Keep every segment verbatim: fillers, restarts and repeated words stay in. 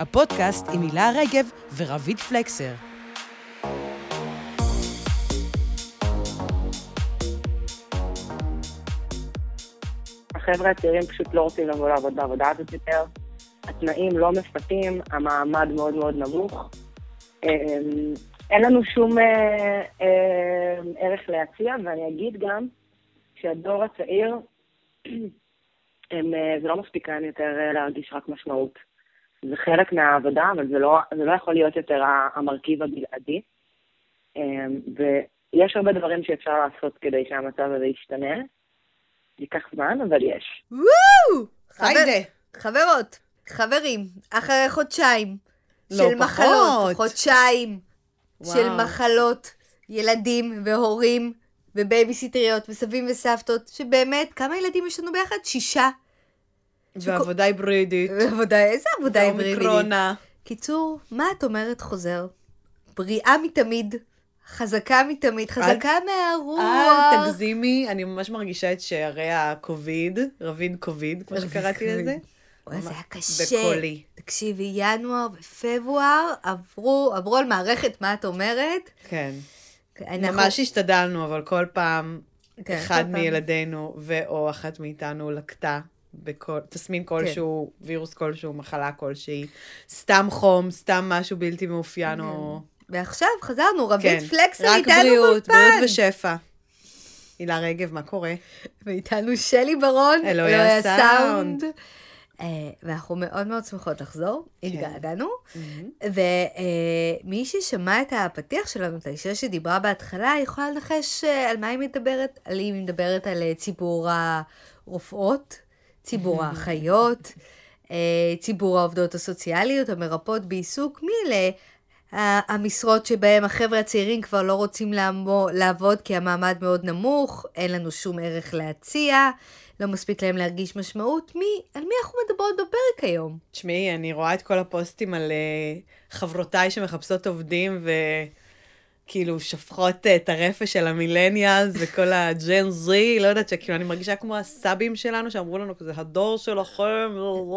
הפודקאסט עם הילה רגב ורבית פלקסר. החבר'ה הצעירים פשוט לא רוצים לבוא לעבוד בעבודה הזאת יותר. התנאים לא מפתים, המעמד מאוד מאוד נמוך. אין לנו שום אה, אה, ערך להציע, ואני אגיד גם שהדור הצעיר, הם, זה לא מספיק כאן יותר להרגיש רק משמעות. זה חלק מהעבודה, אבל זה לא, זה לא יכול להיות יותר המרכיב הבלעדי. ויש הרבה דברים שאפשר לעשות כדי שהמצב הזה ישתנה. ייקח זמן, אבל יש. וואו! חבר, חברות, חברים, אחרי חודשיים לא של פחות. מחלות, חודשיים וואו. של מחלות, ילדים והורים ובייביסיטריות וסבים וסבתות, שבאמת, כמה ילדים יש לנו ביחד? שישה. ועבודה היברידית. ועבודה, איזה עבודה היברידית? ואומיקרונה. קיצור, מה את אומרת חוזר? בריאה מתמיד, חזקה מתמיד, חזקה מהרוח. אל תגזימי, אני ממש מרגישה את שערי הקוביד, רבין קוביד, כמו שקראתי לזה. וואי, זה היה קשה. בקולי. תקשיבי, ינואר ופברואר עברו, עברו על מערכת, מה את אומרת? כן. אנחנו- ממש השתדלנו, אבל כל פעם כן, אחד כל פעם. מילדינו ואו אחת מאיתנו לקטה בכל, תסמין כלשהו, וירוס כלשהו, מחלה כלשהי, סתם חום, סתם משהו בלתי מאופיין או... ועכשיו חזרנו, רבית כן, פלקסר רק איתנו בריאות, באולפן. בריאות ושפע. הילה רגב, מה קורה? ואיתנו שלי ברון, אלוהי הסאונד. אה, ואנחנו מאוד מאוד שמחות לחזור, כן. התגעגענו. ומי ששמע את הפתיח שלנו, את האישה שדיברה בהתחלה, יכולה לנחש אה, על מה היא מדברת, על היא מדברת על אה, ציבור הרופאות, ציבור האחיות, אה, ציבור העובדות הסוציאליות, המרפאות בעיסוק, מי אלה ה- המשרות שבהם החבר'ה הצעירים כבר לא רוצים לעמו- לעבוד כי המעמד מאוד נמוך, אין לנו שום ערך להציע, לא מספיק להם להרגיש משמעות. מי, על מי אנחנו מדברות בפרק היום? תשמעי, אני רואה את כל הפוסטים על uh, חברותיי שמחפשות עובדים וכאילו שפכות uh, את הרפש של המילניאלס וכל הג'ן זי, לא יודעת שכאילו אני מרגישה כמו הסאבים שלנו שאמרו לנו כזה, הדור שלכם,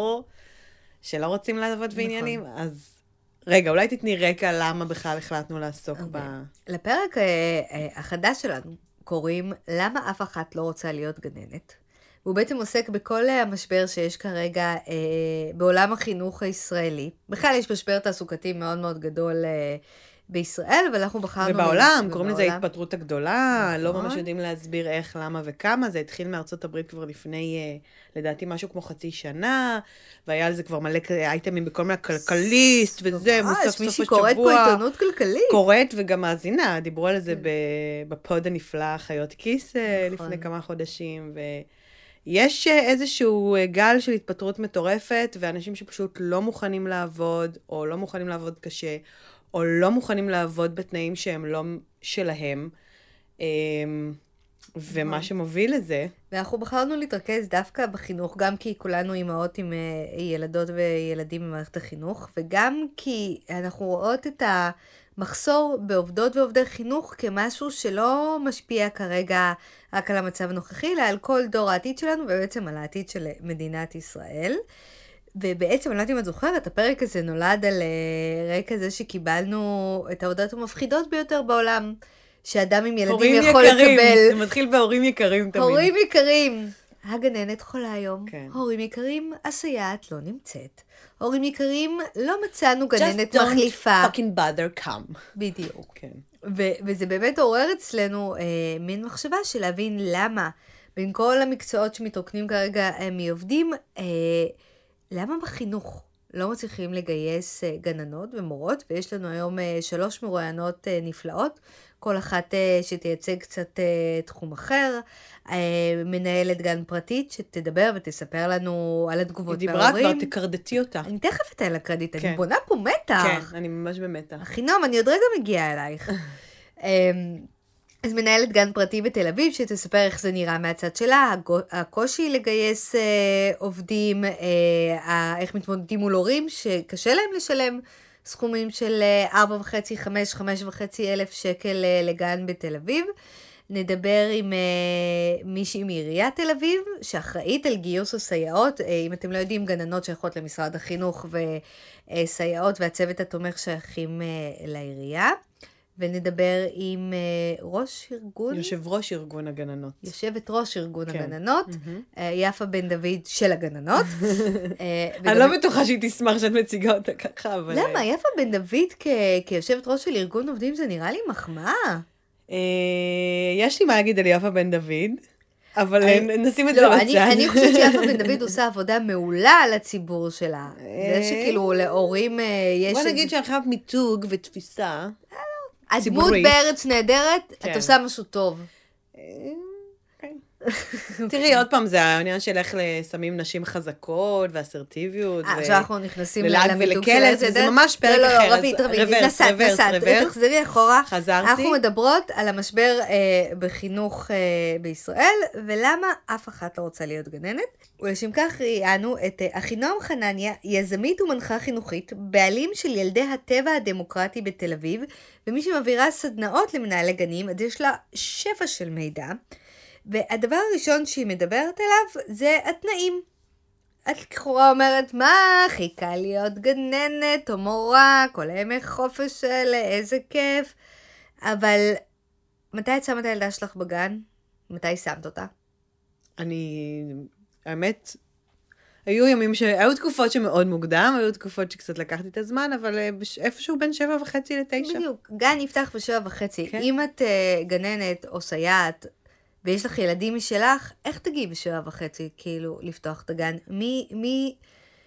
שלא רוצים לעבוד בעניינים, אז רגע, אולי תתני רקע למה בכלל החלטנו לעסוק ב... לפרק אה, אה, החדש שלנו קוראים למה אף אחת לא רוצה להיות גננת. והוא בעצם עוסק בכל המשבר שיש כרגע אה, בעולם החינוך הישראלי. בכלל יש משבר תעסוקתי מאוד מאוד גדול אה, בישראל, אבל אנחנו בחרנו... ובעולם, מ- קוראים לזה ובעולם. התפטרות הגדולה, נכון. לא ממש יודעים להסביר איך, למה וכמה, זה התחיל מארצות הברית כבר לפני, אה, לדעתי, משהו כמו חצי שנה, והיה על זה כבר מלא אייטמים בכל מיני כלכליסט, וזה, ממש, מוסף מי סוף שקוראת פה השבוע. עיתונות כלכלית. קוראת וגם מאזינה, דיברו על זה ב- בפוד הנפלא, חיות כיס, אה, נכון. לפני כמה חודשים, ויש אה, איזשהו אה, גל של התפטרות מטורפת, ואנשים שפשוט לא מוכנים לעבוד, או לא מוכנים לעבוד קשה, או לא מוכנים לעבוד בתנאים שהם לא שלהם, אה, ומה שמוביל לזה, ואנחנו בחרנו להתרכז דווקא בחינוך, גם כי כולנו אימהות עם אה, ילדות וילדים במערכת החינוך, וגם כי אנחנו רואות את המחסור בעובדות ועובדי חינוך כמשהו שלא משפיע כרגע רק על המצב הנוכחי, אלא על כל דור העתיד שלנו, ובעצם על העתיד של מדינת ישראל. ובעצם, אני לא יודעת אם את זוכרת, הפרק הזה נולד על אה, רקע זה שקיבלנו את ההודעות המפחידות ביותר בעולם, שאדם עם ילדים הורים יכול יקרים, לקבל. זה מתחיל בהורים יקרים תמיד. הורים יקרים, הגננת חולה היום. כן. הורים יקרים, הסייעת לא נמצאת. הורים יקרים, לא מצאנו Just גננת don't מחליפה. fucking bother come. בדיוק. כן. ו- וזה באמת עורר אצלנו אה, מין מחשבה של להבין למה, בין כל המקצועות שמתרוקנים כרגע אה, מעובדים, אה, למה בחינוך לא מצליחים לגייס אה, גננות ומורות, ויש לנו היום אה, שלוש מרואיינות אה, נפלאות, כל אחת אה, שתייצג קצת אה, תחום אחר, אה, מנהלת גן פרטית שתדבר ותספר לנו על התגובות היא מההורים. דיברה כבר, תקרדתי אותה. אני תכף אתן לה קרדיט, כן. אני בונה פה מתח. כן, אני ממש במתח. אחינום, אני עוד רגע מגיעה אלייך. אמ, אז מנהלת גן פרטי בתל אביב, שתספר איך זה נראה מהצד שלה, הגו- הקושי לגייס אה, עובדים, אה, ה- איך מתמודדים מול הורים, שקשה להם לשלם סכומים של אה, ארבע וחצי, חמש, חמש וחצי אלף שקל אה, לגן בתל אביב. נדבר עם uh, מישהי מעיריית תל אביב, שאחראית על גיוס הסייעות, uh, אם אתם לא יודעים, גננות שייכות למשרד החינוך וסייעות והצוות התומך שייכים uh, לעירייה. ונדבר עם uh, ראש ארגון... יושב ראש ארגון הגננות. יושבת ראש ארגון כן. הגננות, mm-hmm. uh, יפה בן דוד של הגננות. uh, אני לא בטוחה שהיא תשמח שאת מציגה אותה ככה, אבל... למה? יפה בן דוד כ... כיושבת ראש של ארגון עובדים זה נראה לי מחמאה. Uh, יש לי מה להגיד על יפה בן דוד, אבל אני... נשים את לא, זה בצד. אני, אני חושבת שיפה בן דוד עושה עבודה מעולה על הציבור שלה. זה שכאילו להורים יש... בוא נגיד שאחר מיתוג ותפיסה... הדמות בארץ נהדרת, את עושה משהו טוב. תראי, עוד פעם, זה העניין של איך לסמים נשים חזקות, ואסרטיביות. עכשיו אנחנו נכנסים למיתוג של ארץ, זה ממש פרק אחר. לא, לא, רבית, רבית, נסעת, נסעת, תחזרי אחורה. חזרתי. אנחנו מדברות על המשבר בחינוך בישראל, ולמה אף אחת לא רוצה להיות גננת. ולשם כך ראיינו את אחינועם חנניה, יזמית ומנחה חינוכית, בעלים של ילדי הטבע הדמוקרטי בתל אביב, ומי שמעבירה סדנאות למנהלי גנים, אז יש לה שפע של מידע. והדבר הראשון שהיא מדברת עליו זה התנאים. את לכאורה אומרת, מה, הכי קל להיות גננת או מורה, כל הימי חופש האלה, איזה כיף. אבל מתי את שמת את הילדה שלך בגן? מתי שמת אותה? אני, האמת, היו ימים ש... היו תקופות שמאוד מוקדם, היו תקופות שקצת לקחתי את הזמן, אבל איפשהו בין שבע וחצי לתשע. בדיוק, גן יפתח בשבע וחצי. כן. אם את uh, גננת או סייעת, ויש לך ילדים משלך, איך תגיעי בשבע וחצי, כאילו, לפתוח את הגן? מי, מי,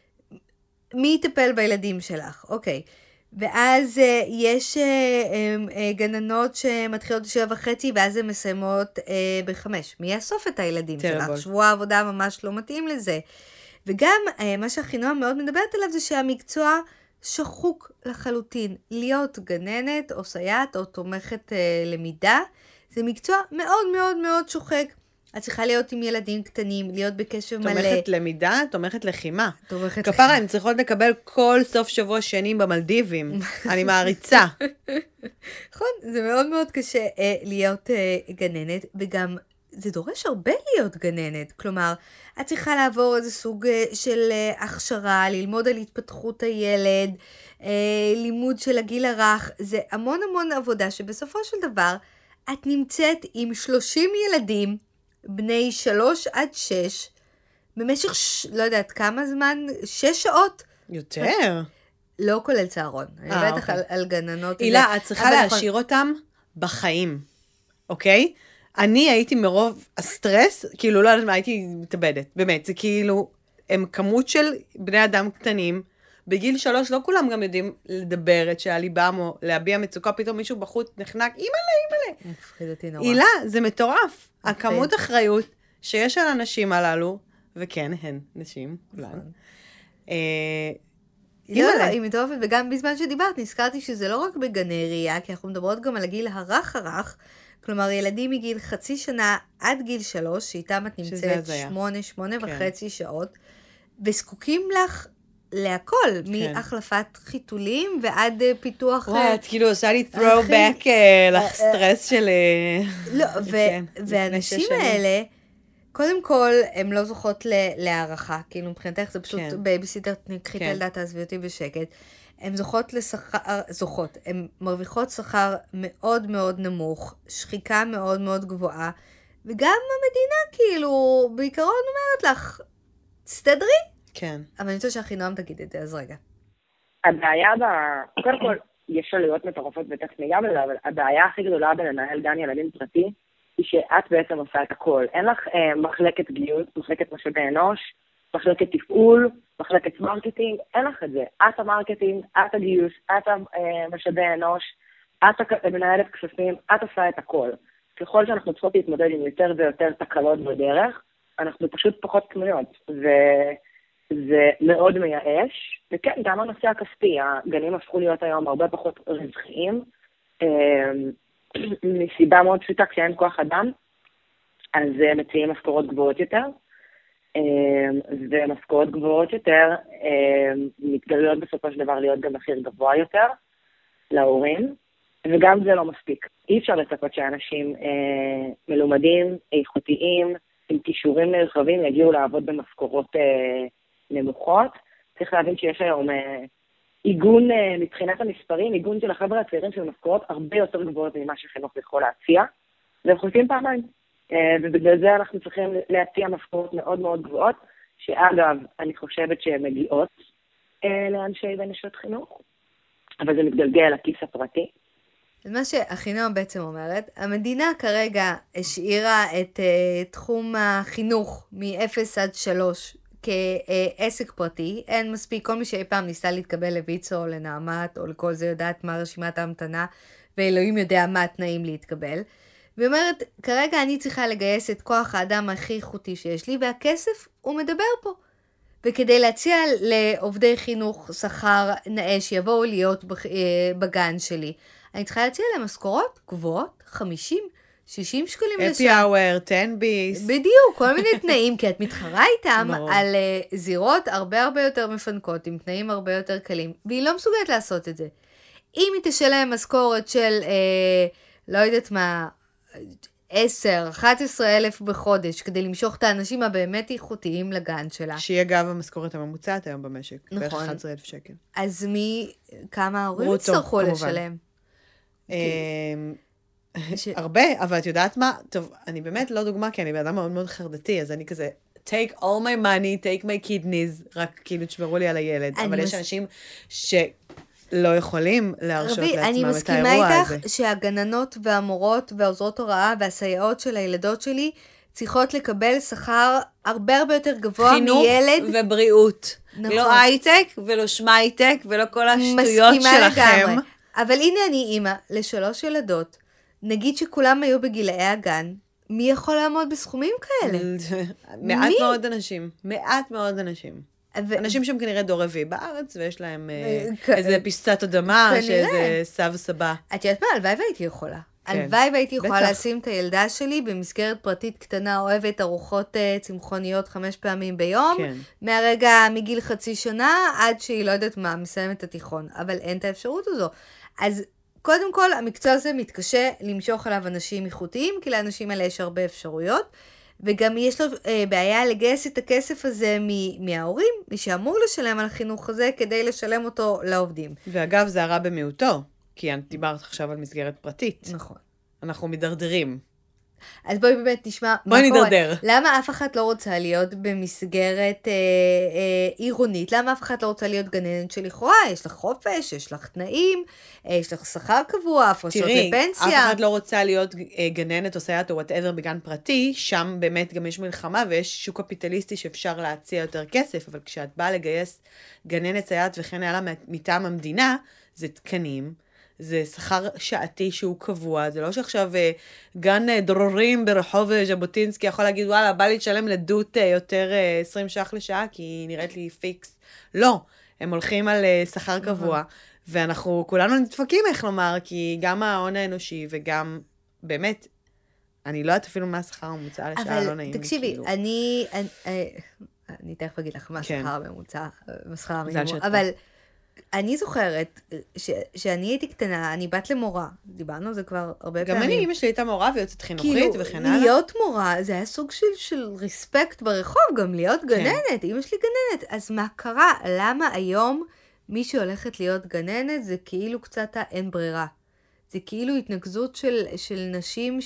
מי יטפל בילדים שלך? אוקיי. ואז uh, יש uh, um, uh, גננות שמתחילות בשבע וחצי, ואז הן מסיימות uh, בחמש. מי יאסוף את הילדים שלך? שבוע העבודה ממש לא מתאים לזה. וגם uh, מה שאחינועם מאוד מדברת עליו, זה שהמקצוע שחוק לחלוטין. להיות גננת או סייעת או תומכת uh, למידה, זה מקצוע מאוד מאוד מאוד שוחק. את צריכה להיות עם ילדים קטנים, להיות בקשב מלא. תומכת למידה, תומכת לחימה. תומכת כפרה, הן צריכות לקבל כל סוף שבוע שנים במלדיבים. אני מעריצה. נכון, זה מאוד מאוד קשה אה, להיות אה, גננת, וגם זה דורש הרבה להיות גננת. כלומר, את צריכה לעבור איזה סוג אה, של אה, הכשרה, ללמוד על התפתחות הילד, אה, לימוד של הגיל הרך. זה המון המון עבודה שבסופו של דבר, את נמצאת עם שלושים ילדים, בני שלוש עד שש, במשך, ש... לא יודעת כמה זמן, שש שעות. יותר. לא כולל צהרון. אני אה, בטח אוקיי. על, על גננות. אילה, את צריכה להשאיר נכון... אותם בחיים, אוקיי? אני הייתי מרוב הסטרס, כאילו לא יודעת מה, הייתי מתאבדת, באמת, זה כאילו, הם כמות של בני אדם קטנים, בגיל שלוש לא כולם גם יודעים לדבר את שהליבם או להביע מצוקה, פתאום מישהו בחוץ נחנק, אימא'לה, אימא'לה. מפחיד אותי נורא. אילה, זה מטורף. הכמות אחריות שיש על הנשים הללו, וכן, הן נשים, כולן. לא, לא, היא מטורפת, וגם בזמן שדיברת, נזכרתי שזה לא רק בגני ראייה, כי אנחנו מדברות גם על הגיל הרך הרך, כלומר, ילדים מגיל חצי שנה עד גיל שלוש, שאיתם את נמצאת שמונה, שמונה וחצי שעות, וזקוקים לך להכל, מהחלפת חיתולים ועד פיתוח... וואי, את כאילו עושה לי throwback לסטרס של... לא, והאנשים האלה, קודם כל, הן לא זוכות להערכה, כאילו מבחינתך זה פשוט בייביסיטר, קחי את הילדה, תעזבי אותי בשקט. הן זוכות לשכר, זוכות, הן מרוויחות שכר מאוד מאוד נמוך, שחיקה מאוד מאוד גבוהה, וגם המדינה כאילו, בעיקרון אומרת לך, תסתדרי? כן. אבל אני חושבת שאחינועם תגיד את זה, אז רגע. הבעיה ב... קודם כל, יש עלויות מטורפות ותכף ניגע בזה, אבל הבעיה הכי גדולה בלנהל גן ילדים פרטי, היא שאת בעצם עושה את הכל. אין לך אה, מחלקת גיוס, מחלקת משאבי אנוש, מחלקת תפעול, מחלקת מרקטינג, אין לך את זה. את המרקטינג, את הגיוס, את המשאבי אנוש, את מנהלת כספים, את עושה את הכל. ככל שאנחנו צריכות להתמודד עם יותר ויותר תקלות בדרך, אנחנו פשוט פחות קנויות, וזה מאוד מייאש. וכן, גם הנושא הכספי, הגנים הפכו להיות היום הרבה פחות רווחיים, מסיבה מאוד פשוטה, כשאין כוח אדם, אז מציעים משכורות גבוהות יותר, ומשכורות גבוהות יותר מתגלויות בסופו של דבר להיות גם מחיר גבוה יותר להורים, וגם זה לא מספיק. אי אפשר לצפות שאנשים אה, מלומדים, איכותיים, עם כישורים נרחבים, יגיעו לעבוד במשכורות אה, נמוכות. צריך להבין שיש היום אה, עיגון אה, מבחינת המספרים, עיגון של החבר'ה הצעירים של משכורות הרבה יותר גבוהות ממה שחינוך יכול להציע, והם חושבים פעמיים. אה, ובגלל זה אנחנו צריכים להציע משכורות מאוד מאוד גבוהות, שאגב, אני חושבת שהן מגיעות אה, לאנשי ונשות חינוך, אבל זה מתגלגל לכיס הפרטי. מה שאחינועם בעצם אומרת, המדינה כרגע השאירה את uh, תחום החינוך מ-אפס עד שלוש כעסק פרטי. אין מספיק, כל מי שאי פעם ניסה להתקבל לויצו או לנעמת או לכל זה יודעת מה רשימת ההמתנה, ואלוהים יודע מה התנאים להתקבל. ואומרת, כרגע אני צריכה לגייס את כוח האדם הכי איכותי שיש לי, והכסף הוא מדבר פה. וכדי להציע לעובדי חינוך שכר נאה שיבואו להיות בגן שלי, אני צריכה להציע להם משכורות גבוהות, חמישים, שישים שקלים לשעה. אפי אאוור, עשר ביס. בדיוק, כל מיני תנאים, כי את מתחרה איתם על uh, זירות הרבה הרבה יותר מפנקות, עם תנאים הרבה יותר קלים, והיא לא מסוגלת לעשות את זה. אם היא תשלם משכורת של, uh, לא יודעת מה, עשר, אחת עשרה אלף בחודש, כדי למשוך את האנשים הבאמת איכותיים לגן שלה. שיהיה גב המשכורת הממוצעת היום במשק. נכון. בערך אחד עשר אלף שקל. אז מי, כמה ההורים יצטרכו לשלם? הרבה, אבל את יודעת מה? טוב, אני באמת לא דוגמה, כי אני באדם מאוד מאוד חרדתי, אז אני כזה, take all my money, take my kidneys, רק כאילו תשמרו לי על הילד. אבל יש אנשים שלא יכולים להרשות לעצמם את האירוע הזה. אני מסכימה איתך שהגננות והמורות והעוזרות הוראה והסייעות של הילדות שלי צריכות לקבל שכר הרבה הרבה יותר גבוה מילד. חינוך ובריאות. לא הייטק ולא שמייטק ולא כל השטויות שלכם. אבל הנה אני אימא לשלוש ילדות, נגיד שכולם היו בגילאי הגן, מי יכול לעמוד בסכומים כאלה? מעט מאוד אנשים, מעט מאוד אנשים. אנשים שהם כנראה דור רביעי בארץ, ויש להם איזה פיסת אדמה, שאיזה סב סבא. את יודעת מה? הלוואי והייתי יכולה. הלוואי והייתי יכולה לשים את הילדה שלי במסגרת פרטית קטנה, אוהבת ארוחות צמחוניות חמש פעמים ביום, מהרגע מגיל חצי שנה, עד שהיא לא יודעת מה, מסיימת את התיכון. אבל אין את האפשרות הזו. אז קודם כל, המקצוע הזה מתקשה למשוך עליו אנשים איכותיים, כי לאנשים האלה יש הרבה אפשרויות, וגם יש לו אה, בעיה לגייס את הכסף הזה מ- מההורים, מי שאמור לשלם על החינוך הזה, כדי לשלם אותו לעובדים. ואגב, זה הרע במיעוטו, כי את דיברת עכשיו על מסגרת פרטית. נכון. אנחנו מדרדרים. אז בואי באמת נשמע בואי מה קורה. נדרדר. למה אף אחת לא רוצה להיות במסגרת אה, אה, עירונית? למה אף אחת לא רוצה להיות גננת שלכאורה? יש לך חופש, יש לך תנאים, אה, יש לך שכר קבוע, הפרשות לפנסיה. תראי, אף אחד לא רוצה להיות אה, גננת או סייעת או whatever בגן פרטי, שם באמת גם יש מלחמה ויש שוק קפיטליסטי שאפשר להציע יותר כסף, אבל כשאת באה לגייס גננת, סייעת וכן הלאה מטעם המדינה, זה תקנים. זה שכר שעתי שהוא קבוע, זה לא שעכשיו גן דרורים ברחוב ז'בוטינסקי יכול להגיד, וואלה, בא לי לשלם לדות יותר עשרים שח לשעה, כי היא נראית לי פיקס. לא, הם הולכים על שכר קבוע, ואנחנו כולנו נדפקים, איך לומר, כי גם ההון האנושי וגם, באמת, אני לא יודעת אפילו מה השכר הממוצע לשעה, לא נעים. אבל תקשיבי, אני, אני תכף אגיד לך מה השכר הממוצע, השכר המינימום, אבל... אני זוכרת ש- שאני הייתי קטנה, אני בת למורה, דיברנו על זה כבר הרבה גם פעמים. גם אני, אמא שלי הייתה מורה ויוצאת חינוכית כאילו, וכן הלאה. להיות מורה, זה היה סוג של, של ריספקט ברחוב, גם להיות גננת, כן. אמא שלי גננת. אז מה קרה? למה היום מי שהולכת להיות גננת זה כאילו קצת אין ברירה? זה כאילו התנגזות של, של נשים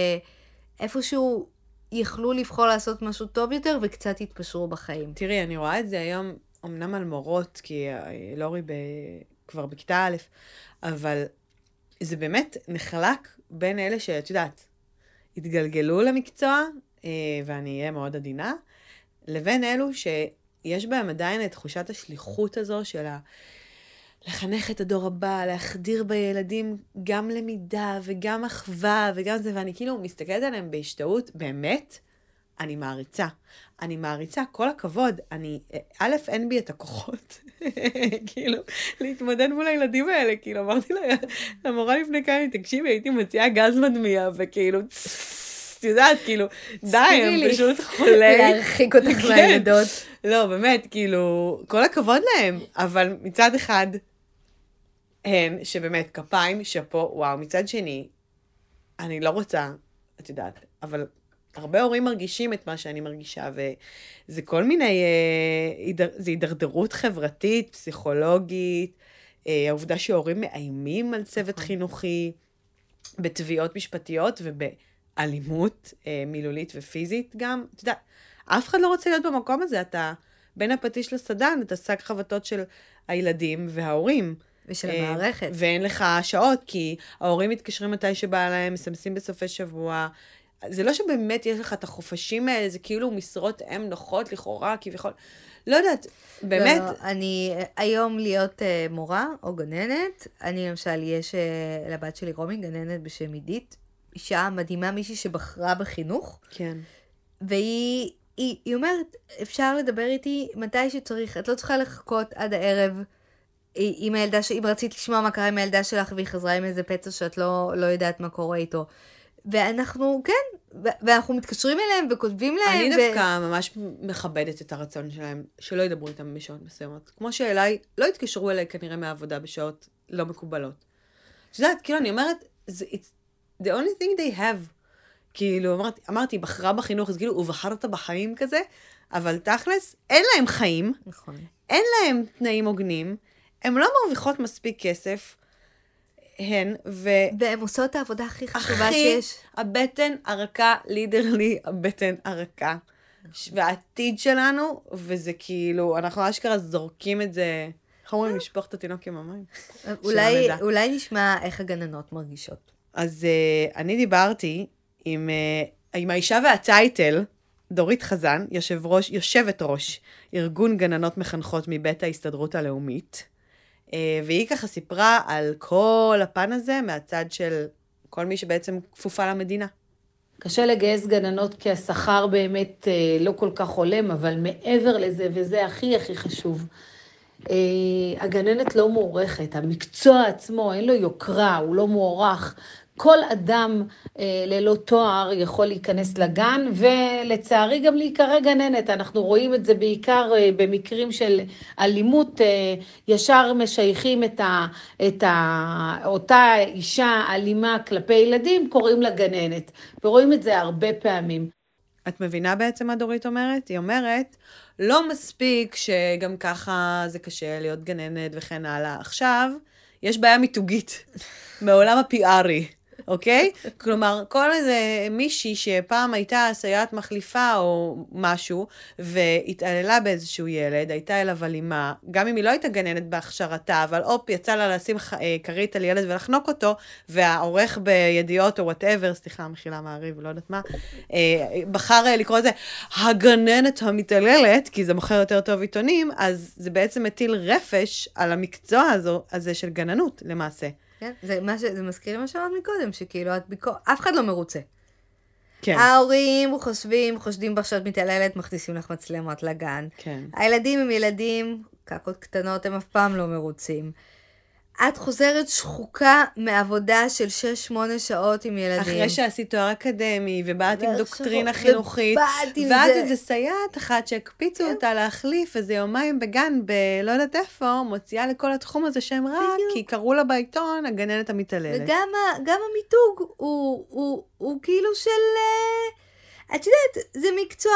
שאיפשהו יכלו לבחור לעשות משהו טוב יותר וקצת התפשרו בחיים. תראי, אני רואה את זה היום, אמנם על מורות, כי לורי ב... כבר בכיתה א', אבל זה באמת נחלק בין אלה שאת יודעת, התגלגלו למקצוע, ואני אהיה מאוד עדינה, לבין אלו שיש בהם עדיין את תחושת השליחות הזו של ה... לחנך את הדור הבא, להחדיר בילדים גם למידה וגם אחווה וגם זה, ואני כאילו מסתכלת עליהם בהשתאות, באמת, אני מעריצה. אני מעריצה, כל הכבוד. אני, א', אין בי את הכוחות, כאילו, להתמודד מול הילדים האלה, כאילו, אמרתי לה, למורה לפני כמה, תקשיבי, הייתי מציעה גז מדמיע, וכאילו, את יודעת, כאילו, די, הם פשוט חולי. להרחיק אותך מהילדות. לא, באמת, כאילו, כל הכבוד להם, אבל מצד אחד, הן שבאמת כפיים, שפו, וואו, מצד שני, אני לא רוצה, את יודעת, אבל הרבה הורים מרגישים את מה שאני מרגישה, וזה כל מיני, זה הידרדרות חברתית, פסיכולוגית, העובדה שהורים מאיימים על צוות חינוכי, בתביעות משפטיות ובאלימות מילולית ופיזית גם, את יודעת, אף אחד לא רוצה להיות במקום הזה, אתה בין הפטיש לסדן, אתה שק חבטות של הילדים וההורים. ושל המערכת. ואין לך שעות, כי ההורים מתקשרים מתי שבא להם, מסמסים בסופי שבוע. זה לא שבאמת יש לך את החופשים האלה, זה כאילו משרות אם נוחות לכאורה, כביכול. לא יודעת, באמת. לא, אני, היום להיות uh, מורה או גננת, אני למשל, יש uh, לבת שלי רומי, גננת בשם עידית, אישה מדהימה, מישהי שבחרה בחינוך. כן. והיא, היא, היא אומרת, אפשר לדבר איתי מתי שצריך, את לא צריכה לחכות עד הערב, עם הילדה, ש... אם רצית לשמוע מה קרה עם הילדה שלך, והיא חזרה עם איזה פצע שאת לא, לא יודעת מה קורה איתו. ואנחנו, כן, ואנחנו מתקשרים אליהם וכותבים להם. אני דווקא ו... ממש מכבדת את הרצון שלהם, שלא ידברו איתם בשעות מסוימות. כמו שאליי, לא התקשרו אליי כנראה מהעבודה בשעות לא מקובלות. שזאת, כאילו, אני אומרת, it's the only thing they have. כאילו, אמרתי, אמרתי, בחרה בחינוך, אז כאילו, ובחרת בחיים כזה, אבל תכלס, אין להם חיים. נכון. אין להם תנאים הוגנים. הן לא מרוויחות מספיק כסף, הן, ו... והן עושות את העבודה הכי חשובה הכי שיש. הבטן הרכה, לידרלי, הבטן הרכה. והעתיד שלנו, וזה כאילו, אנחנו אשכרה זורקים את זה, איך אומרים, לשפוך את התינוק עם המים? אולי, אולי נשמע איך הגננות מרגישות. אז uh, אני דיברתי עם, uh, עם האישה והטייטל, דורית חזן, יושב ראש, יושבת ראש, ארגון גננות מחנכות מבית ההסתדרות הלאומית, והיא ככה סיפרה על כל הפן הזה מהצד של כל מי שבעצם כפופה למדינה. קשה לגייס גננות כי השכר באמת לא כל כך הולם, אבל מעבר לזה, וזה הכי הכי חשוב, הגננת לא מוערכת, המקצוע עצמו אין לו יוקרה, הוא לא מוערך. כל אדם אה, ללא תואר יכול להיכנס לגן, ולצערי גם להיקרא גננת. אנחנו רואים את זה בעיקר אה, במקרים של אלימות, אה, ישר משייכים את, ה, את ה, אותה אישה אלימה כלפי ילדים, קוראים לה גננת, ורואים את זה הרבה פעמים. את מבינה בעצם מה דורית אומרת? היא אומרת, לא מספיק שגם ככה זה קשה להיות גננת וכן הלאה. עכשיו, יש בעיה מיתוגית מעולם הפי-ארי. אוקיי? כלומר, כל איזה מישהי שפעם הייתה סייעת מחליפה או משהו, והתעללה באיזשהו ילד, הייתה אליו אלימה, גם אם היא לא הייתה גננת בהכשרתה, אבל אופ, יצא לה לשים קרית על ילד ולחנוק אותו, והעורך בידיעות או whatever, סליחה, מחילה מעריב, לא יודעת מה, בחר לקרוא לזה הגננת המתעללת, כי זה מוכר יותר טוב עיתונים, אז זה בעצם מטיל רפש על המקצוע הזו, הזה של גננות, למעשה. כן, זה, מה ש... זה מזכיר מה שאמרת מקודם, שכאילו את ביקור... אף אחד לא מרוצה. כן. ההורים חושבים, חושדים בך שאת מתעללת, מכניסים לך מצלמות לגן. כן. הילדים הם ילדים, קקות קטנות, הם אף פעם לא מרוצים. את חוזרת שחוקה מעבודה של שש שמונה שעות עם ילדים. אחרי שעשית תואר אקדמי, ובאת עם דוקטרינה חינוכית, ואת איזה סייעת אחת שהקפיצו אותה להחליף איזה יומיים בגן בלא יודעת איפה, מוציאה לכל התחום הזה שם רע, כי קראו לה בעיתון הגננת המתעללת. וגם המיתוג הוא, הוא כאילו של... את יודעת, זה מקצוע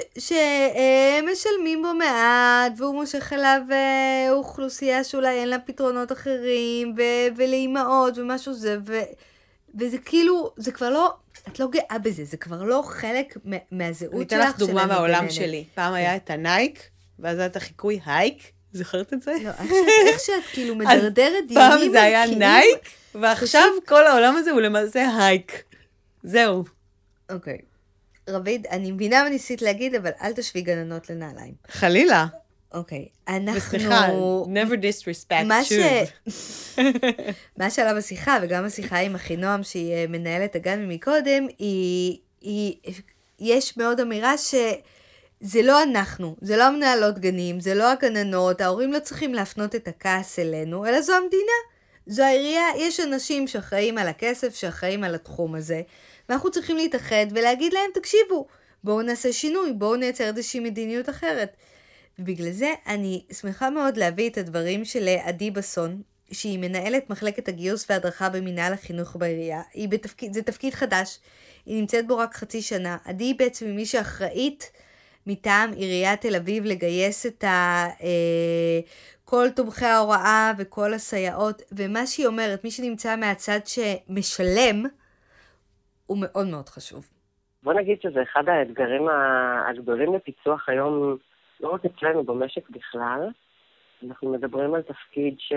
שמשלמים בו מעט, והוא מושך אליו אוכלוסייה שאולי אין לה פתרונות אחרים, ולאימהות ומשהו זה, וזה כאילו, זה כבר לא, את לא גאה בזה, זה כבר לא חלק מהזהות שלך. אני אתן לך דוגמה מהעולם שלי. פעם היה את הנייק, ואז היה את החיקוי הייק, זוכרת את זה? לא, איך שאת כאילו מדרדרת דיונים. פעם זה היה נייק, ועכשיו כל העולם הזה הוא למעשה הייק. זהו. אוקיי. רביד, אני מבינה מה ניסית להגיד, אבל אל תשווי גננות לנעליים. חלילה. אוקיי, אנחנו... וסליחה, never disrespect, מה שוב. ש... מה שעלה בשיחה, וגם השיחה עם אחינועם, שהיא מנהלת הגן מקודם, היא... היא... יש מאוד אמירה שזה לא אנחנו, זה לא המנהלות גנים, זה לא הגננות, ההורים לא צריכים להפנות את הכעס אלינו, אלא זו המדינה. זו העירייה, יש אנשים שאחראים על הכסף, שאחראים על התחום הזה, ואנחנו צריכים להתאחד ולהגיד להם, תקשיבו, בואו נעשה שינוי, בואו נייצר איזושהי מדיניות אחרת. ובגלל זה אני שמחה מאוד להביא את הדברים של עדי בסון, שהיא מנהלת מחלקת הגיוס וההדרכה במנהל החינוך בעירייה. היא בתפקיד, זה תפקיד חדש, היא נמצאת בו רק חצי שנה. עדי היא בעצם מי שאחראית מטעם עיריית תל אביב לגייס את ה, אה, כל תומכי ההוראה וכל הסייעות, ומה שהיא אומרת, מי שנמצא מהצד שמשלם, הוא מאוד מאוד חשוב. בוא נגיד שזה אחד האתגרים הגדולים לפיצוח היום, לא רק אצלנו במשק בכלל. אנחנו מדברים על תפקיד ש...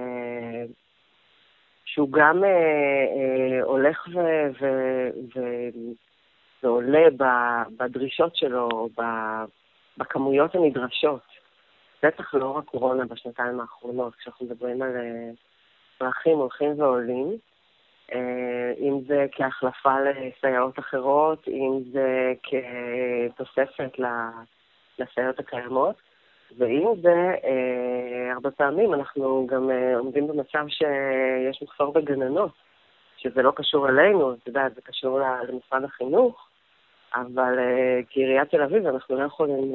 שהוא גם אה, אה, הולך ו... ו... ו... ועולה ב... בדרישות שלו, ב... בכמויות הנדרשות. בטח לא רק קורונה בשנתיים האחרונות, כשאנחנו מדברים על צרכים הולכים ועולים, אם זה כהחלפה לסייעות אחרות, אם זה כתוספת לסייעות הקיימות, ואם זה, הרבה פעמים אנחנו גם עומדים במצב שיש מחסור בגננות, שזה לא קשור אלינו, אתה יודע, זה קשור למשרד החינוך, אבל כעיריית תל אביב אנחנו לא יכולים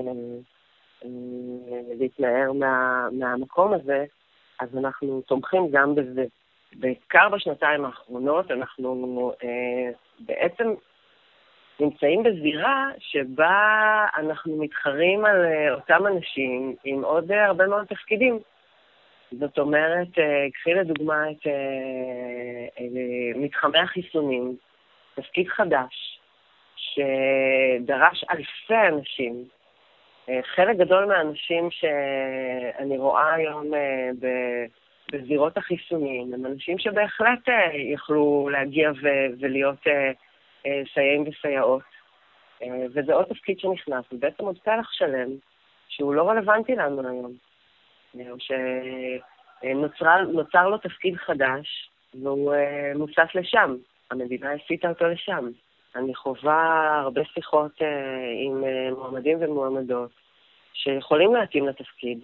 להתנער מה, מהמקום הזה, אז אנחנו תומכים גם בזה. בעיקר בשנתיים האחרונות אנחנו אה, בעצם נמצאים בזירה שבה אנחנו מתחרים על אה, אותם אנשים עם עוד אה, הרבה מאוד תפקידים. זאת אומרת, אה, קחי לדוגמה את אה, אה, מתחמי החיסונים, תפקיד חדש, שדרש אלפי אנשים, חלק גדול מהאנשים שאני רואה היום בזירות החיסונים, הם אנשים שבהחלט יכלו להגיע ו- ולהיות סייעים וסייעות. וזה עוד תפקיד שנכנס, ובעצם עוד פלח שלם, שהוא לא רלוונטי לנו היום. שנוצר לו תפקיד חדש, והוא מוסס לשם. המדינה הסיטה אותו לשם. אני חובה הרבה שיחות uh, עם uh, מועמדים ומועמדות שיכולים להתאים לתפקיד,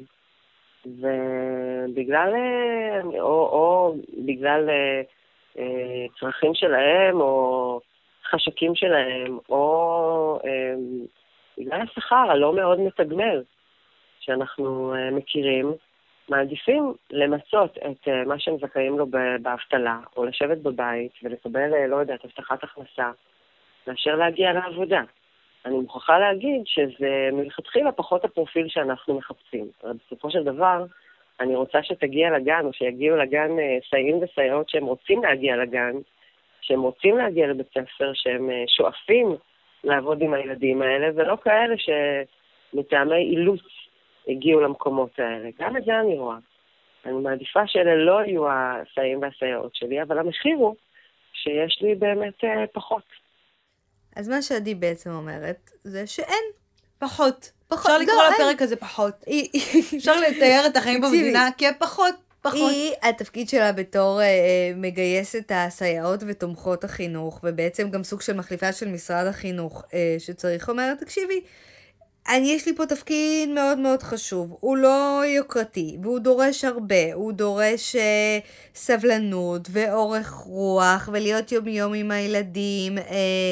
ובגלל, uh, או, או בגלל uh, uh, צרכים שלהם, או חשקים שלהם, או uh, בגלל השכר הלא מאוד מתגמל שאנחנו uh, מכירים, מעדיפים למצות את uh, מה שהם זכאים לו באבטלה, או לשבת בבית ולקבל, uh, לא יודעת, הבטחת הכנסה, מאשר להגיע לעבודה. אני מוכרחה להגיד שזה מלכתחילה פחות הפרופיל שאנחנו מחפשים. בסופו של דבר, אני רוצה שתגיע לגן, או שיגיעו לגן סייעים וסייעות שהם רוצים להגיע לגן, שהם רוצים להגיע לבית ספר, שהם שואפים לעבוד עם הילדים האלה, ולא כאלה שמטעמי אילוץ הגיעו למקומות האלה. גם את זה אני רואה. אני מעדיפה שאלה לא יהיו הסייעים והסייעות שלי, אבל המחיר הוא שיש לי באמת פחות. אז מה שעדי בעצם אומרת, זה שאין. פחות. פחות. אפשר לקרוא לפרק הזה פחות. אפשר לתאר את החיים במדינה כפחות, פחות. היא, התפקיד שלה בתור אה, מגייסת הסייעות ותומכות החינוך, ובעצם גם סוג של מחליפה של משרד החינוך, אה, שצריך אומרת, תקשיבי, אני, יש לי פה תפקיד מאוד מאוד חשוב, הוא לא יוקרתי, והוא דורש הרבה, הוא דורש אה, סבלנות ואורך רוח, ולהיות יום יום עם הילדים, אה,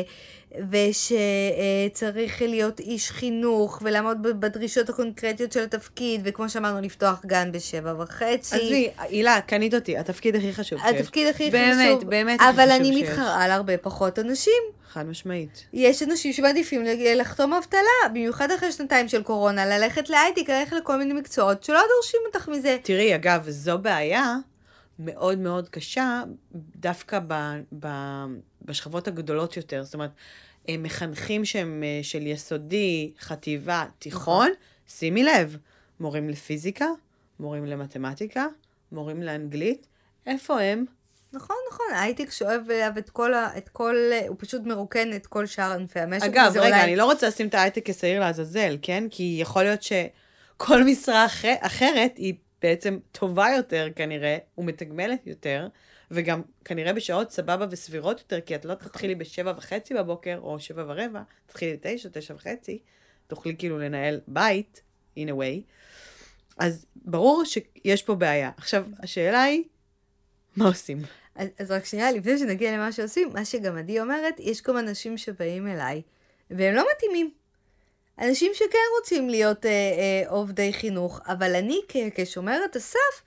ושצריך להיות איש חינוך, ולעמוד בדרישות הקונקרטיות של התפקיד, וכמו שאמרנו, לפתוח גן בשבע וחצי. אז לי, הילה, קנית אותי, התפקיד הכי חשוב שיש. התפקיד הכי באמת, חשוב. באמת הכי חשוב אבל שיש. אני מתחרה על הרבה פחות אנשים. חד משמעית. יש אנשים שמעדיפים לחתום אבטלה, במיוחד אחרי שנתיים של קורונה, ללכת להייטק, ללכת לכל מיני מקצועות שלא דורשים אותך מזה. תראי, אגב, זו בעיה מאוד מאוד קשה, דווקא ב, ב, בשכבות הגדולות יותר. זאת אומרת, מחנכים שהם של יסודי, חטיבה, תיכון, שימי לב, מורים לפיזיקה, מורים למתמטיקה, מורים לאנגלית, איפה הם? נכון, נכון, הייטק שואב את כל, את כל, הוא פשוט מרוקן את כל שאר ענפי המשק. אגב, רגע, אולי... אני לא רוצה לשים את ההייטק כשעיר לעזאזל, כן? כי יכול להיות שכל משרה אחר, אחרת היא בעצם טובה יותר כנראה, ומתגמלת יותר, וגם כנראה בשעות סבבה וסבירות יותר, כי את לא תתחילי בשבע וחצי בבוקר, או שבע ורבע, תתחילי בתשע, תשע וחצי, תוכלי כאילו לנהל בית, in a way. אז ברור שיש פה בעיה. עכשיו, השאלה היא, מה עושים? אז, אז רק שנייה, לפני שנגיע למה שעושים, מה שגם עדי אומרת, יש כמה אנשים שבאים אליי, והם לא מתאימים. אנשים שכן רוצים להיות אה, אה, עובדי חינוך, אבל אני כ- כשומרת הסף,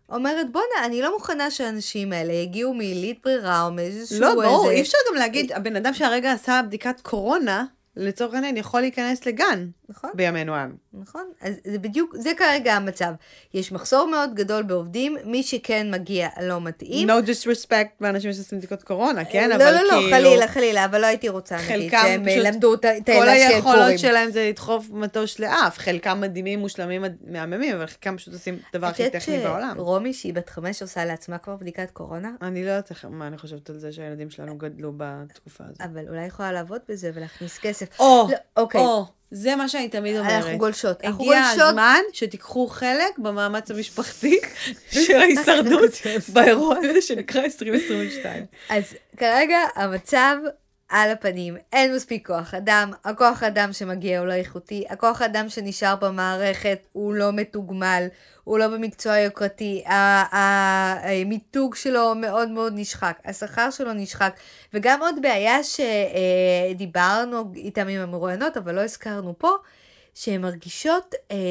אומרת, בונה, אני לא מוכנה שהאנשים האלה יגיעו מעילית ברירה או מאיזשהו... לא, ברור, איזה... אי אפשר גם להגיד, הבן אדם שהרגע עשה בדיקת קורונה, לצורך העניין יכול להיכנס לגן, נכון. בימינו אנו. נכון, אז זה בדיוק, זה כרגע המצב. יש מחסור מאוד גדול בעובדים, מי שכן מגיע לא מתאים. No disrespect באנשים שעושים בדיקות קורונה, כן? לא, אבל לא, לא, כאילו... חלילה, חלילה, אבל לא הייתי רוצה, נגיד, שהם פשוט- למדו את את כל האלה שהם היכולות קוראים. שלהם זה לדחוף מטוש לאף, חלקם מדהימים, מושלמים, מהממים, אבל חלקם פשוט עושים דבר הכי טכני בעולם. רומי, שהיא בת חמש, עושה לעצמה כבר בדיקת קורונה, אני לא יודעת מה אני חושבת על זה שהילדים שלנו גדלו בתקופה הזאת. אבל אולי יכולה לעבוד בזה ולהכניס כסף. או, לא, אוקיי. או, זה מה שאני תמיד אומרת. אנחנו גולשות. אנחנו הגיע גולשות. הזמן שתיקחו חלק במאמץ המשפחתי של ההישרדות באירוע הזה שנקרא עשרים עשרים ושתיים. אז כרגע המצב על הפנים, אין מספיק כוח אדם, הכוח אדם שמגיע הוא לא איכותי, הכוח אדם שנשאר במערכת הוא לא מתוגמל, הוא לא במקצוע יוקרתי, המיתוג שלו מאוד מאוד נשחק, השכר שלו נשחק, וגם עוד בעיה שדיברנו איתם עם המרואיינות, אבל לא הזכרנו פה, שהן מרגישות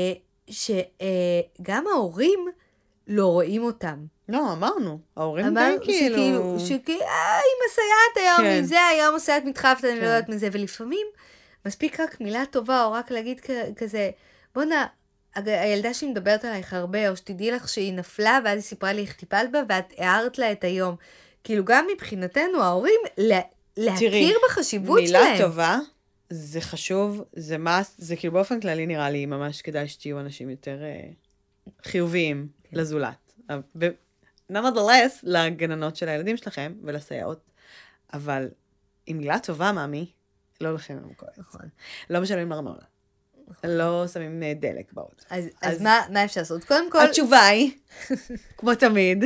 שגם ההורים לא רואים אותם. לא, אמרנו, ההורים די אמרנו כאילו... שכאילו, שכאילו, אה, עם הסייעת היום, כן. מזה, היום הסייעת מתחפת, אני לא כן. יודעת מזה, ולפעמים מספיק רק מילה טובה, או רק להגיד כ- כזה, בונה, הג- הילדה שהיא מדברת עלייך הרבה, או שתדעי לך שהיא נפלה, ואז היא סיפרה לי איך טיפלת בה, ואת הערת לה את היום. כאילו גם מבחינתנו, ההורים, לה, להכיר תראי, בחשיבות מילה שלהם. טובה, זה חשוב, זה מס, זה כאילו באופן כללי נראה לי ממש כדאי שתהיו אנשים יותר אה, חיוביים כן. לזולת. ו- nonetheless, לגננות של הילדים שלכם ולסייעות, אבל עם מילה טובה, מאמי, לא לכם למכולת. נכון. לא משלמים ארנונה. לא שמים אה, דלק באוטו. אז, אז- אז מה, מה אפשר לעשות? קודם כל, התשובה היא, כמו תמיד,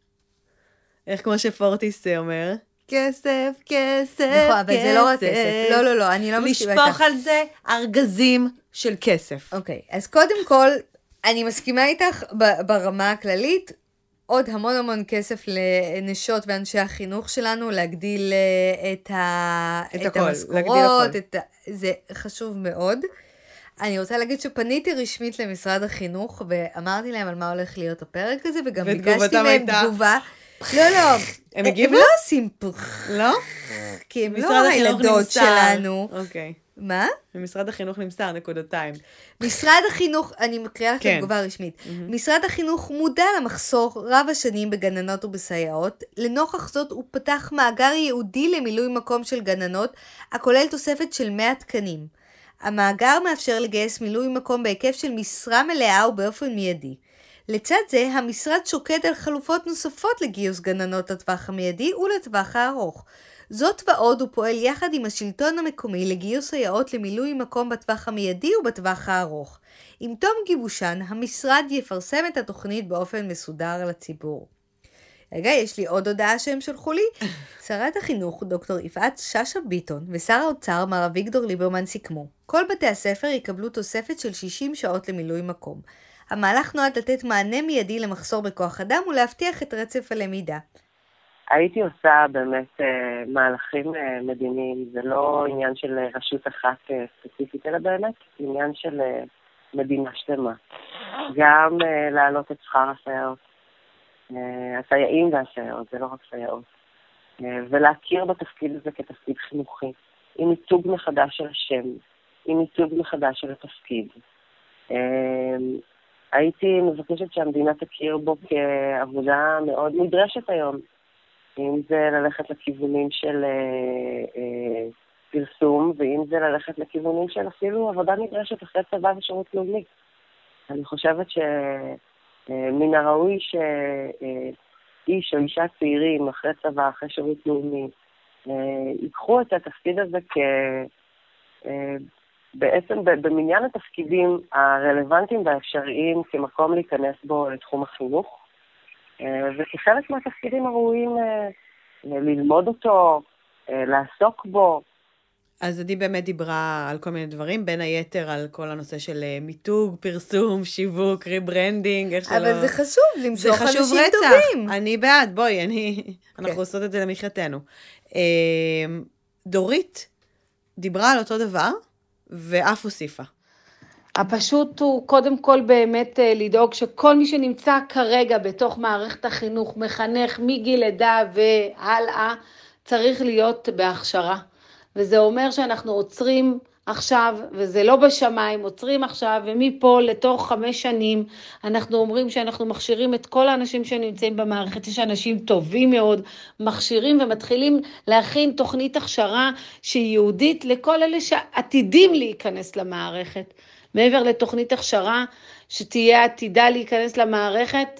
איך כמו שפורטיס אומר, כסף, כסף, נכון, אבל זה לא רק כסף. לא, לא, לא, אני לא מסכימה איתך. לשפוך על זה ארגזים של כסף. אוקיי, אז קודם כל, אני מסכימה איתך ב- ברמה הכללית, עוד המון המון כסף לנשות ואנשי החינוך שלנו, להגדיל אה, את, ה... את את הכל, להגדיל המשכורות, הכל. את ה... זה חשוב מאוד. אני רוצה להגיד שפניתי רשמית למשרד החינוך, ואמרתי להם על מה הולך להיות הפרק הזה, וגם ותגובתם ביקשתי מהם הייתה? תגובה. לא, לא, הם הגיבו? הם לא עושים פח, לא? כי הם משרד לא החינוך הילדות נמסר. שלנו. אוקיי. מה? ממשרד החינוך נמסר נקודתיים. משרד החינוך, אני מקריאה לך את כן. התגובה הרשמית, משרד החינוך מודע למחסור רב השנים בגננות ובסייעות, לנוכח זאת הוא פתח מאגר ייעודי למילוי מקום של גננות, הכולל תוספת של מאה תקנים. המאגר מאפשר לגייס מילוי מקום בהיקף של משרה מלאה ובאופן מיידי. לצד זה, המשרד שוקד על חלופות נוספות לגיוס גננות לטווח המיידי ולטווח הארוך. זאת ועוד הוא פועל יחד עם השלטון המקומי לגיוס סייעות למילוי מקום בטווח המיידי ובטווח הארוך. עם תום גיבושן, המשרד יפרסם את התוכנית באופן מסודר לציבור. רגע, יש לי עוד הודעה שהם שלחו לי. שרת החינוך, דוקטור יפעת שאשא ביטון, ושר האוצר, מר אביגדור ליברמן, סיכמו. כל בתי הספר יקבלו תוספת של שישים שעות למילוי מקום. המהלך נועד לתת מענה מיידי למחסור בכוח אדם ולהבטיח את רצף הלמידה. הייתי עושה באמת אה, מהלכים אה, מדיניים, זה לא עניין של אה, רשות אחת אה, ספציפית, אלא באמת עניין של אה, מדינה שלמה. גם אה, להעלות את שכר הסייעות, אה, הסייעים והסייעות, זה לא רק סייעות, אה, ולהכיר בתפקיד הזה כתפקיד חינוכי, עם ייצוג מחדש של השם, עם ייצוג מחדש של התפקיד. אה, הייתי מבקשת שהמדינה תכיר בו כעבודה מאוד נדרשת היום. אם זה ללכת לכיוונים של אה, אה, פרסום, ואם זה ללכת לכיוונים של אפילו עבודה נדרשת אחרי צבא ושירות לאומי. אני חושבת שמן אה, הראוי שאיש או אישה צעירים אחרי צבא, אחרי שירות לאומי, אה, ייקחו את התפקיד הזה כ... אה, בעצם במניין התפקידים הרלוונטיים והאפשריים כמקום להיכנס בו לתחום החינוך. וכחלק מהתפקידים הראויים ללמוד אותו, לעסוק בו. אז עדי באמת דיברה על כל מיני דברים, בין היתר על כל הנושא של מיתוג, פרסום, שיווק, ריברנדינג, איך שלא... אבל זה חשוב, למשוך זה חשוב אנשים רצח. טובים. אני בעד, בואי, אני... כן. אנחנו עושות את זה למחייתנו. דורית דיברה על אותו דבר, ואף הוסיפה. הפשוט הוא קודם כל באמת לדאוג שכל מי שנמצא כרגע בתוך מערכת החינוך, מחנך מגיל לידה והלאה, צריך להיות בהכשרה. וזה אומר שאנחנו עוצרים עכשיו, וזה לא בשמיים, עוצרים עכשיו, ומפה לתוך חמש שנים, אנחנו אומרים שאנחנו מכשירים את כל האנשים שנמצאים במערכת, יש אנשים טובים מאוד, מכשירים ומתחילים להכין תוכנית הכשרה שהיא יהודית לכל אלה שעתידים להיכנס למערכת. מעבר לתוכנית הכשרה שתהיה עתידה להיכנס למערכת,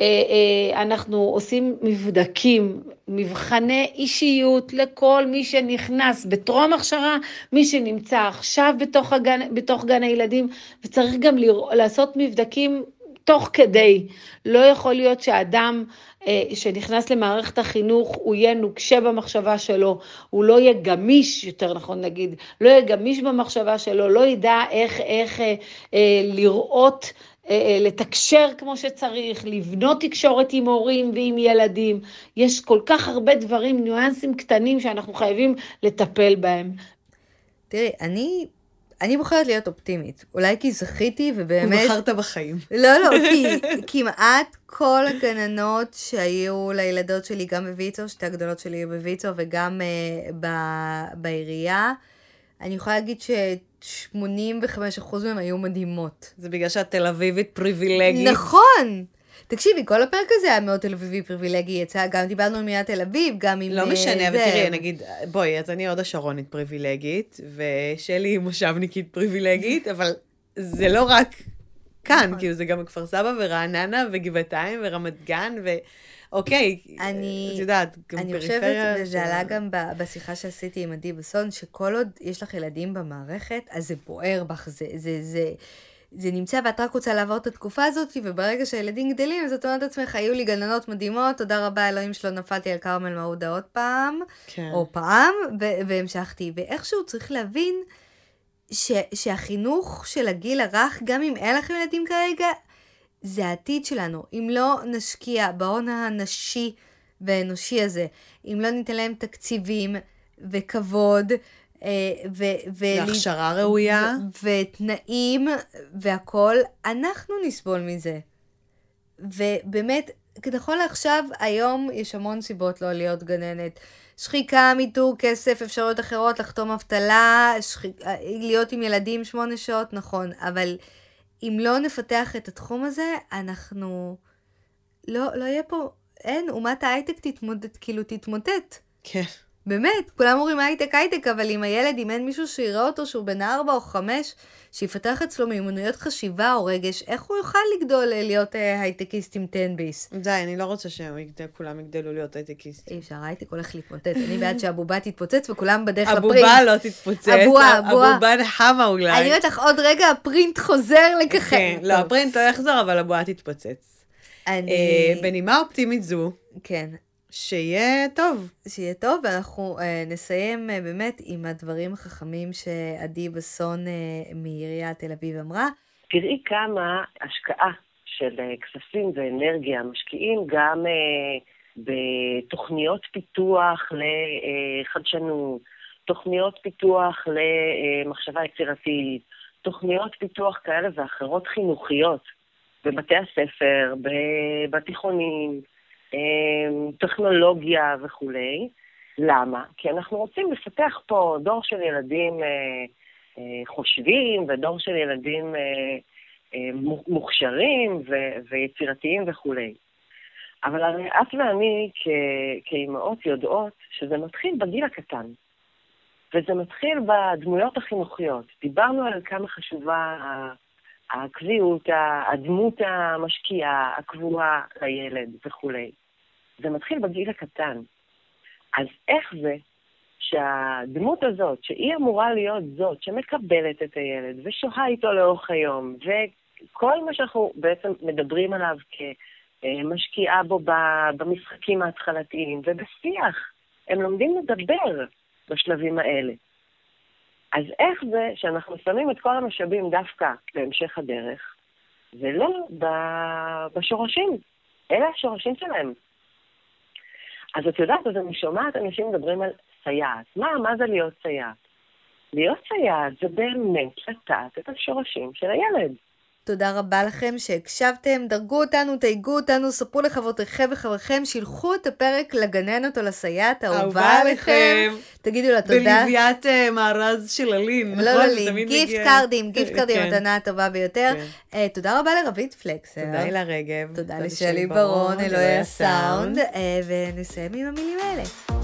אנחנו עושים מבדקים, מבחני אישיות לכל מי שנכנס בטרום הכשרה, מי שנמצא עכשיו בתוך, הגן, בתוך גן הילדים, וצריך גם לעשות מבדקים תוך כדי. לא יכול להיות שהאדם שנכנס למערכת החינוך, הוא יהיה נוקשה במחשבה שלו, הוא לא יהיה גמיש, יותר נכון נגיד, לא יהיה גמיש במחשבה שלו, לא ידע איך, איך אה, אה, לראות, אה, לתקשר כמו שצריך, לבנות תקשורת עם הורים ועם ילדים. יש כל כך הרבה דברים, ניואנסים קטנים שאנחנו חייבים לטפל בהם. תראי, אני... אני בוחרת להיות אופטימית, אולי כי זכיתי ובאמת... ובחרת בחיים. לא, לא, כי כמעט כל הגננות שהיו לילדות שלי, גם בויצו, שתי הגדולות שלי היו בויצו, וגם uh, ב- בעירייה, אני יכולה להגיד ש-שמונים וחמישה אחוז מהם היו מדהימות. זה בגלל שאת תל אביבית פריבילגית. נכון! תקשיבי, כל הפרק הזה היה מאוד תל אביבי פריבילגי, יצא, גם דיברנו עם מיד תל אביב, גם עם... לא משנה, אבל תראי, נגיד, בואי, אז אני עוד השרונית פריבילגית, ושלי מושבניקית פריבילגית, אבל זה לא רק כאן, כאילו זה גם כפר סבא ורעננה וגבעתיים ורמת גן, ואוקיי, את יודעת, גם פריפריה... אני חושבת, וזה עלה גם בשיחה שעשיתי עם עדי בסון, שכל עוד יש לך ילדים במערכת, אז זה בוער בך, זה... זה זה נמצא ואת רק רוצה לעבור את התקופה הזאת, וברגע שהילדים גדלים, אז את אומרת עצמך, היו לי גננות מדהימות, תודה רבה אלוהים שלא נפלתי על קרמל מעודה עוד פעם, כן. או פעם, ו- והמשכתי. ואיכשהו צריך להבין ש- שהחינוך של הגיל הרך, גם אם אין לכם ילדים כרגע, זה העתיד שלנו. אם לא נשקיע בהון הנשי והאנושי הזה, אם לא ניתן להם תקציבים וכבוד, והכשרה ראויה ותנאים והכל, אנחנו נסבול מזה. ובאמת, נכון לעכשיו, היום יש המון סיבות לא להיות גננת. שחיקה, מיתור, כסף, אפשרויות אחרות, לחתום אבטלה, שחיק... להיות עם ילדים שמונה שעות, נכון. אבל אם לא נפתח את התחום הזה, אנחנו... לא, לא יהיה פה... אין, אומת ההייטק תתמודד, כאילו תתמוטט. כן. באמת, כולם אומרים הייטק הייטק, אבל אם הילד, אם אין מישהו שיראה אותו שהוא בן ארבע או חמש, שיפתח אצלו מיומנויות חשיבה או רגש, איך הוא יוכל לגדול להיות אה, הייטקיסט עם טן ביס? די, אני לא רוצה שכולם יגדלו להיות הייטקיסט. אי אפשר, הייטק הולך להתמוטט. אני בעד שהבובה תתפוצץ וכולם בדרך לפרינט. הבובה לא תתפוצץ. הבובה, הבובה. הבובה נחמה אולי. אני אומרת לך עוד רגע, הפרינט חוזר לכחן. כן, לא, הפרינט לא יחזור, אבל הבובה תתפוצץ. אני... בנימה אופטימית זו. כן. שיהיה טוב. שיהיה טוב, ואנחנו אה, נסיים אה, באמת עם הדברים החכמים שעדי בסון אה, מעיריית תל אביב אמרה. תראי כמה השקעה של אה, כספים ואנרגיה משקיעים גם אה, בתוכניות פיתוח לחדשנות, תוכניות פיתוח למחשבה יצירתית, תוכניות פיתוח כאלה ואחרות חינוכיות בבתי הספר, בתיכונים, טכנולוגיה וכולי. למה? כי אנחנו רוצים לפתח פה דור של ילדים אה, אה, חושבים, ודור של ילדים אה, אה, מוכשרים ו- ויצירתיים וכולי. אבל הרי את ואני כ- כאימהות יודעות שזה מתחיל בגיל הקטן. וזה מתחיל בדמויות החינוכיות. דיברנו על כמה חשובה הקביעות, הדמות המשקיעה, הקבועה לילד וכולי. זה מתחיל בגיל הקטן. אז איך זה שהדמות הזאת, שהיא אמורה להיות זאת שמקבלת את הילד ושוהה איתו לאורך היום, וכל מה שאנחנו בעצם מדברים עליו כמשקיעה בו במשחקים ההתחלתיים ובשיח, הם לומדים לדבר בשלבים האלה. אז איך זה שאנחנו שמים את כל המשאבים דווקא בהמשך הדרך, ולא בשורשים? אלה השורשים שלהם. אז את יודעת, אז אני שומעת אנשים מדברים על סייעת. מה, מה זה להיות סייעת? להיות סייעת זה באמת לטעת את השורשים של הילד. תודה רבה לכם שהקשבתם, דרגו אותנו, תייגו אותנו, ספרו לחברותיכם וחבריכם, שילחו את הפרק לגננת או לסייעת, אהובה עליכם. תגידו לה תודה. בלוויית מארז של אלין. לא ללין, גיפט קארדים, גיפט קארדים, מתנה הטובה ביותר. תודה רבה לרבית פלקסר. תודה אלה רגב. תודה לשלי ברון, אלוהי הסאונד, ונסיים עם המילים האלה.